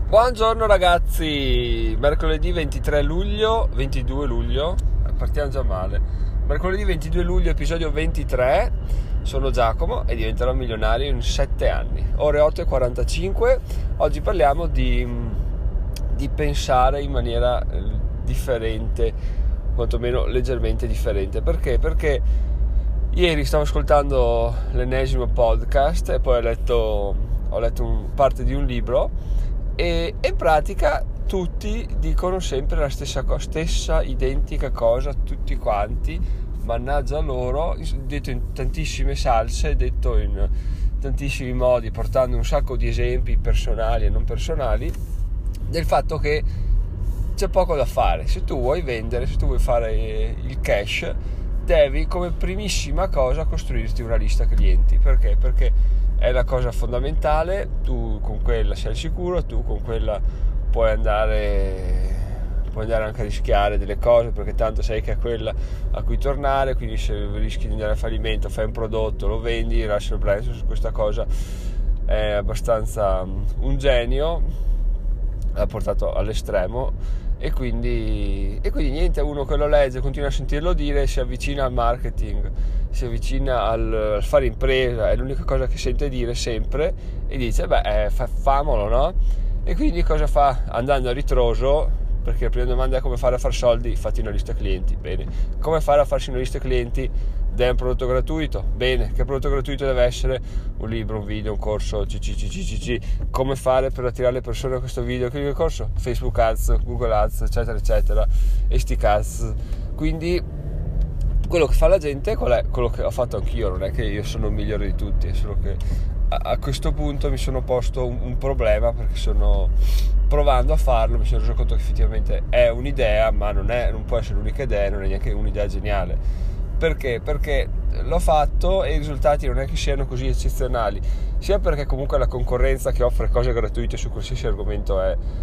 Buongiorno ragazzi, mercoledì 22 luglio, partiamo già male. Mercoledì 22 luglio, episodio 23, sono Giacomo e diventerò milionario in 7 anni. Ore 8:45, oggi parliamo di pensare in maniera differente, quantomeno leggermente differente. Perché? Perché ieri stavo ascoltando l'ennesimo podcast e poi ho letto parte di un libro. E in pratica tutti dicono sempre la stessa identica cosa, tutti quanti, mannaggia loro, detto in tantissime salse, detto in tantissimi modi, portando un sacco di esempi personali e non personali, del fatto che c'è poco da fare. Se tu vuoi vendere, se tu vuoi fare il cash, devi come primissima cosa costruirti una lista clienti. Perché? Perché è la cosa fondamentale, tu con quella sei al sicuro, tu con quella puoi andare anche a rischiare delle cose, perché tanto sai che è quella a cui tornare, quindi se rischi di andare a fallimento fai un prodotto, lo vendi. Russell Brunson su questa cosa è abbastanza un genio, l'ha portato all'estremo. E quindi niente, uno che lo legge continua a sentirlo dire, si avvicina al marketing, si avvicina al fare impresa, è l'unica cosa che sente dire sempre, e dice famolo, no? E quindi cosa fa? Andando a ritroso, perché la prima domanda è come fare a far soldi, fatti una lista clienti. Bene. Come fare a farsi una lista clienti? Dai un prodotto gratuito. Bene. Che prodotto gratuito deve essere? Un libro, un video, un corso, Come fare per attirare le persone a questo video? Che corso? Facebook Ads, Google Ads, eccetera eccetera, e sti cazzo. Quindi quello che fa la gente, qual è? Quello che ho fatto anch'io. Non è che io sono il migliore di tutti, è solo che a questo punto mi sono posto un problema, perché provando a farlo mi sono reso conto che effettivamente è un'idea, ma non può essere l'unica idea, non è neanche un'idea geniale. Perché? Perché l'ho fatto e i risultati non è che siano così eccezionali, sia perché comunque la concorrenza che offre cose gratuite su qualsiasi argomento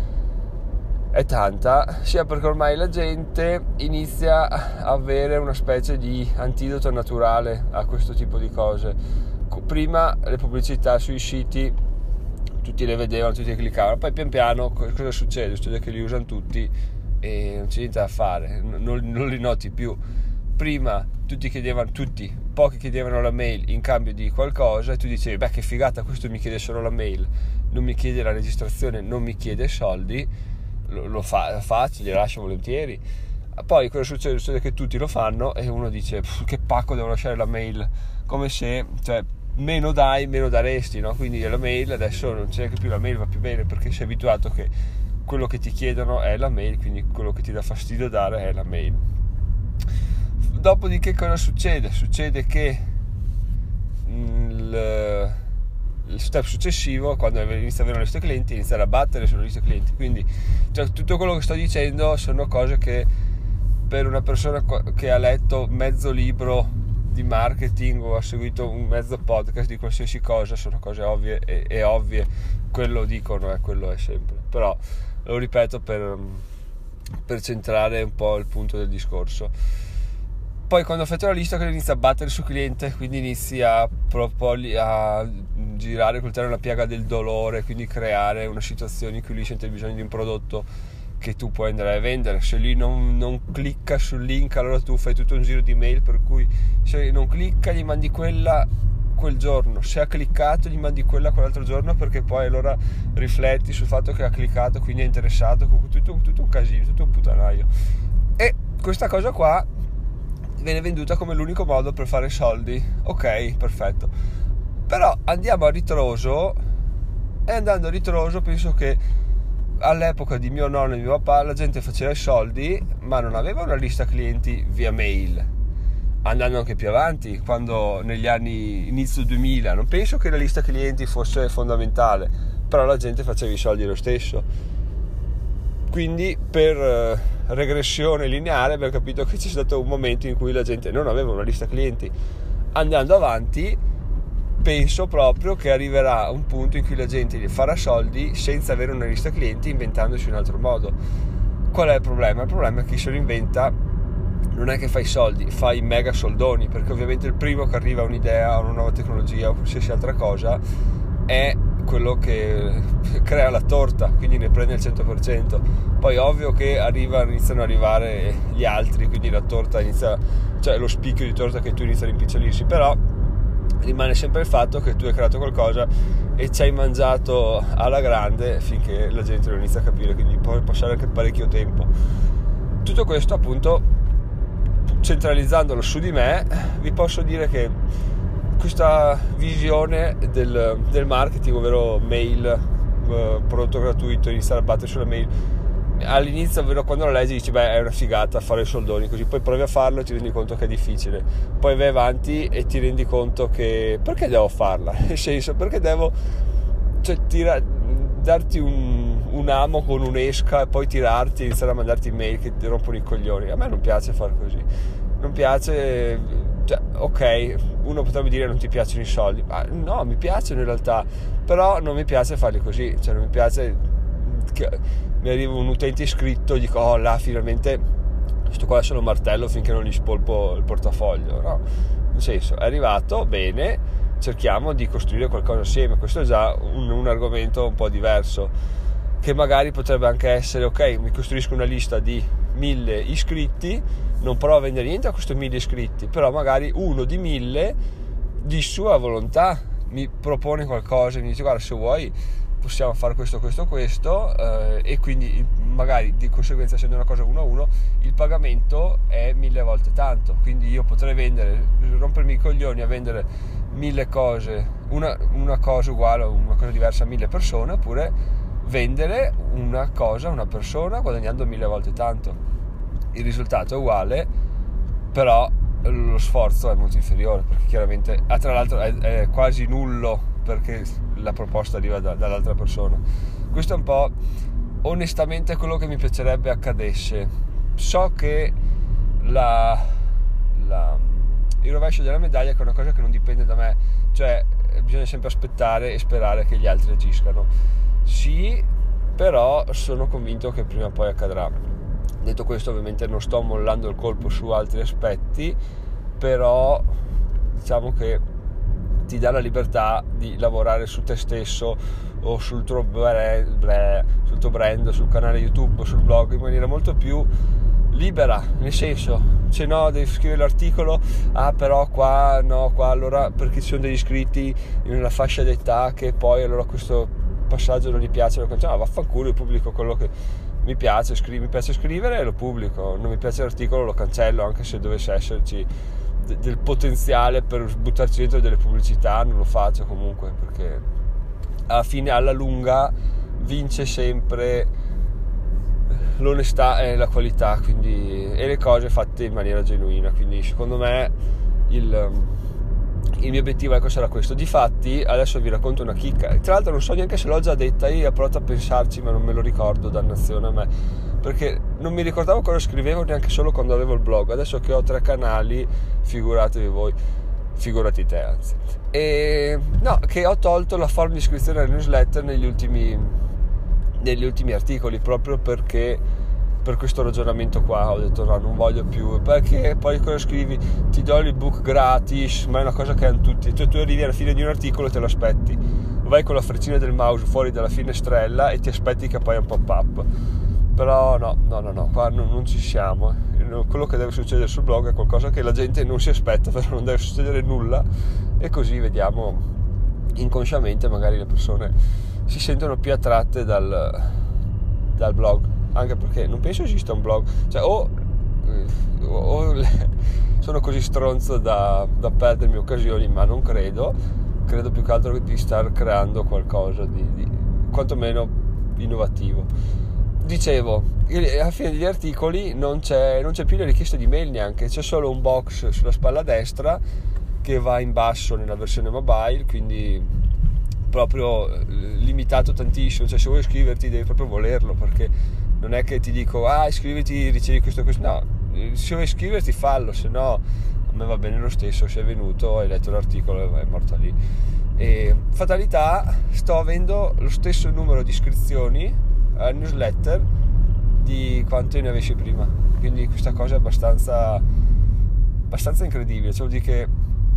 è tanta, sia perché ormai la gente inizia a avere una specie di antidoto naturale a questo tipo di cose. Prima le pubblicità sui siti tutti le vedevano, tutti le cliccavano, poi pian piano cosa succede? Succede che li usano tutti e non c'è niente da fare, non li noti più. Prima pochi chiedevano la mail in cambio di qualcosa e tu dicevi che figata, questo mi chiede solo la mail, non mi chiede la registrazione, non mi chiede soldi, lo faccio, glielo lascio volentieri. Poi cosa succede? Succede che tutti lo fanno e uno dice che pacco, devo lasciare la mail, come se, meno dai, meno daresti, no? Quindi la mail adesso non c'è neanche più, la mail va più bene perché sei abituato che quello che ti chiedono è la mail, quindi quello che ti dà fastidio dare è la mail. Dopodiché cosa succede? Succede che il step successivo, quando inizia ad avere una lista clienti, iniziare a battere sulla lista clienti. Quindi tutto quello che sto dicendo sono cose che per una persona che ha letto mezzo libro di marketing o ha seguito un mezzo podcast di qualsiasi cosa sono cose ovvie e ovvie, quello dicono, quello è sempre, però lo ripeto per centrare un po' il punto del discorso. Poi quando ho fatto la lista inizia a battere sul cliente, quindi inizia a girare col terreno la piaga del dolore, quindi creare una situazione in cui lui sente il bisogno di un prodotto che tu puoi andare a vendere. Se lui non clicca sul link, allora tu fai tutto un giro di mail per cui se non clicca gli mandi quella quel giorno, se ha cliccato gli mandi quella quell'altro giorno, perché poi allora rifletti sul fatto che ha cliccato, quindi è interessato, tutto un casino, tutto un puttanaio. E questa cosa qua viene venduta come l'unico modo per fare soldi. Ok, perfetto, però andiamo a ritroso, e andando a ritroso penso che all'epoca di mio nonno e di mio papà la gente faceva i soldi ma non aveva una lista clienti via mail. Andando anche più avanti, quando negli anni inizio 2000, non penso che la lista clienti fosse fondamentale, però la gente faceva i soldi lo stesso. Quindi per regressione lineare abbiamo capito che c'è stato un momento in cui la gente non aveva una lista clienti. Andando avanti penso proprio che arriverà un punto in cui la gente farà soldi senza avere una lista clienti, inventandosi un altro modo. Qual è il problema? Il problema è che chi se lo inventa non è che fai soldi, fai mega soldoni, perché ovviamente il primo che arriva a un'idea, a una nuova tecnologia o qualsiasi altra cosa è quello che crea la torta, quindi ne prende il 100%. Poi ovvio che iniziano ad arrivare gli altri, quindi la torta cioè lo spicchio di torta che tu inizi a rimpicciolirsi, però rimane sempre il fatto che tu hai creato qualcosa e ci hai mangiato alla grande finché la gente lo inizia a capire, quindi può passare anche parecchio tempo. Tutto questo appunto, centralizzandolo su di me, vi posso dire che questa visione del marketing, ovvero mail, prodotto gratuito, iniziare a battere sulla mail, all'inizio, ovvero quando lo leggi dici è una figata fare i soldoni così, poi provi a farlo e ti rendi conto che è difficile, poi vai avanti e ti rendi conto che perché devo farla, nel senso, perché devo darti un amo con un'esca e poi tirarti e iniziare a mandarti email che ti rompono i coglioni. A me non piace far così, non piace, ok, uno potrebbe dire non ti piacciono i soldi, ma no, mi piacciono in realtà, però non mi piace farli così, non mi piace che mi arriva un utente iscritto e dico là finalmente questo qua se lo martello finché non gli spolpo il portafoglio, no, nel senso, è arrivato, bene, cerchiamo di costruire qualcosa assieme. Questo è già un argomento un po' diverso, che magari potrebbe anche essere ok, mi costruisco una lista di 1000 iscritti, non provo a vendere niente a questi 1000 iscritti, però magari uno di 1000 di sua volontà mi propone qualcosa e mi dice guarda, se vuoi possiamo fare questo e quindi magari di conseguenza, essendo una cosa 1 a 1, il pagamento è 1000 volte tanto, quindi io potrei rompermi i coglioni a vendere 1000 cose, una cosa uguale o una cosa diversa a 1000 persone, oppure vendere una cosa a una persona guadagnando 1000 volte tanto. Il risultato è uguale, però lo sforzo è molto inferiore, perché chiaramente tra l'altro è quasi nullo perché la proposta arriva dall'altra persona. Questo è un po' onestamente quello che mi piacerebbe accadesse. So che il rovescio della medaglia è una cosa che non dipende da me, cioè bisogna sempre aspettare e sperare che gli altri agiscano. Sì, però sono convinto che prima o poi accadrà. Detto questo, ovviamente non sto mollando il colpo su altri aspetti, però diciamo che ti dà la libertà di lavorare su te stesso o sul tuo brand, sul canale YouTube, sul blog, in maniera molto più libera, nel senso, se no devi scrivere l'articolo, però qua allora perché ci sono degli iscritti in una fascia d'età che poi allora questo passaggio non gli piace, vaffanculo, io pubblico quello che mi piace, mi piace scrivere e lo pubblico, non mi piace l'articolo lo cancello, anche se dovesse esserci del potenziale per buttarci dentro delle pubblicità, non lo faccio comunque, perché alla fine, alla lunga, vince sempre l'onestà e la qualità, e le cose fatte in maniera genuina. Quindi secondo me il mio obiettivo sarà questo. Difatti adesso vi racconto una chicca, tra l'altro non so neanche se l'ho già detta, io ho provato a pensarci ma non me lo ricordo, dannazione a me, perché non mi ricordavo cosa scrivevo neanche solo quando avevo il blog. Adesso che ho 3 canali, figuratevi voi, figurati te anzi, che ho tolto la forma di iscrizione alla newsletter negli ultimi articoli, proprio perché per questo ragionamento qua ho detto no, non voglio più, perché poi cosa scrivi? Ti do l'ebook gratis, ma è una cosa che hanno tutti, tu arrivi alla fine di un articolo e te lo aspetti, vai con la freccina del mouse fuori dalla finestrella e ti aspetti che poi un pop-up, però no, qua non ci siamo. Quello che deve succedere sul blog è qualcosa che la gente non si aspetta, però non deve succedere nulla, e così vediamo inconsciamente magari le persone si sentono più attratte dal blog, anche perché non penso esista un blog, cioè o sono così stronzo da perdermi occasioni, ma non credo più che altro di star creando qualcosa di quantomeno innovativo. Dicevo, alla fine degli articoli non c'è più la richiesta di mail neanche, c'è solo un box sulla spalla destra che va in basso nella versione mobile, quindi proprio limitato tantissimo, cioè se vuoi iscriverti devi proprio volerlo, perché non è che ti dico iscriviti, ricevi questo, no, se vuoi iscriverti fallo, se no a me va bene lo stesso, sei venuto, hai letto l'articolo e è morta lì. E fatalità, sto avendo lo stesso numero di iscrizioni al newsletter di quanto ne avessi prima, quindi questa cosa è abbastanza incredibile, cioè vuol dire che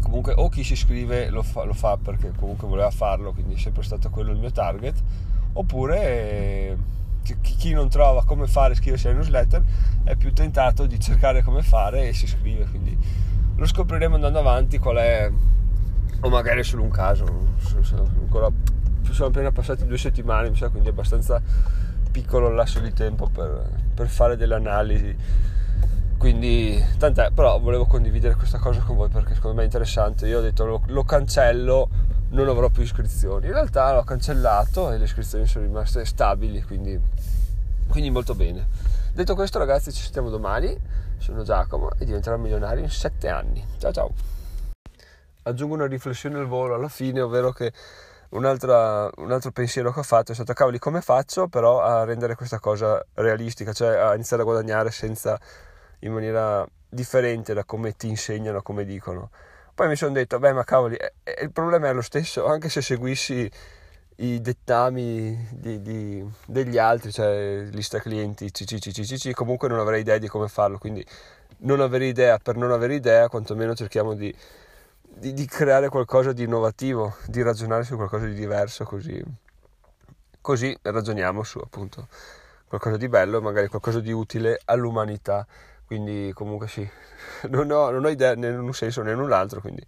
comunque o chi si iscrive lo fa perché comunque voleva farlo, quindi è sempre stato quello il mio target, oppure chi non trova come fare iscriversi alla newsletter è più tentato di cercare come fare e si iscrive, quindi lo scopriremo andando avanti qual è, o magari solo un caso, ancora sono appena passati 2 settimane mi sa, quindi è abbastanza piccolo il lasso di tempo per fare delle analisi, quindi tant'è. Però volevo condividere questa cosa con voi perché secondo me è interessante. Io ho detto lo cancello, non avrò più iscrizioni, in realtà l'ho cancellato e le iscrizioni sono rimaste stabili, quindi molto bene. Detto questo, ragazzi, ci sentiamo domani. Sono Giacomo e diventerò milionario in 7 anni. Ciao ciao. Aggiungo una riflessione al volo alla fine, ovvero che un altro pensiero che ho fatto è stato: cavoli, come faccio però a rendere questa cosa realistica, cioè a iniziare a guadagnare in maniera differente da come ti insegnano, come dicono. Poi mi sono detto, ma cavoli, il problema è lo stesso, anche se seguissi i dettami degli altri, cioè lista clienti, comunque non avrei idea di come farlo, quindi non avere idea per non avere idea, quantomeno cerchiamo di creare qualcosa di innovativo, di ragionare su qualcosa di diverso, così ragioniamo su appunto qualcosa di bello, magari qualcosa di utile all'umanità. Quindi comunque sì, non ho idea né in un senso né in un altro, quindi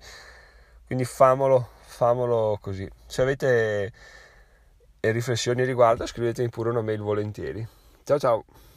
famolo così. Se avete riflessioni a riguardo, scrivetemi pure una mail volentieri. Ciao ciao.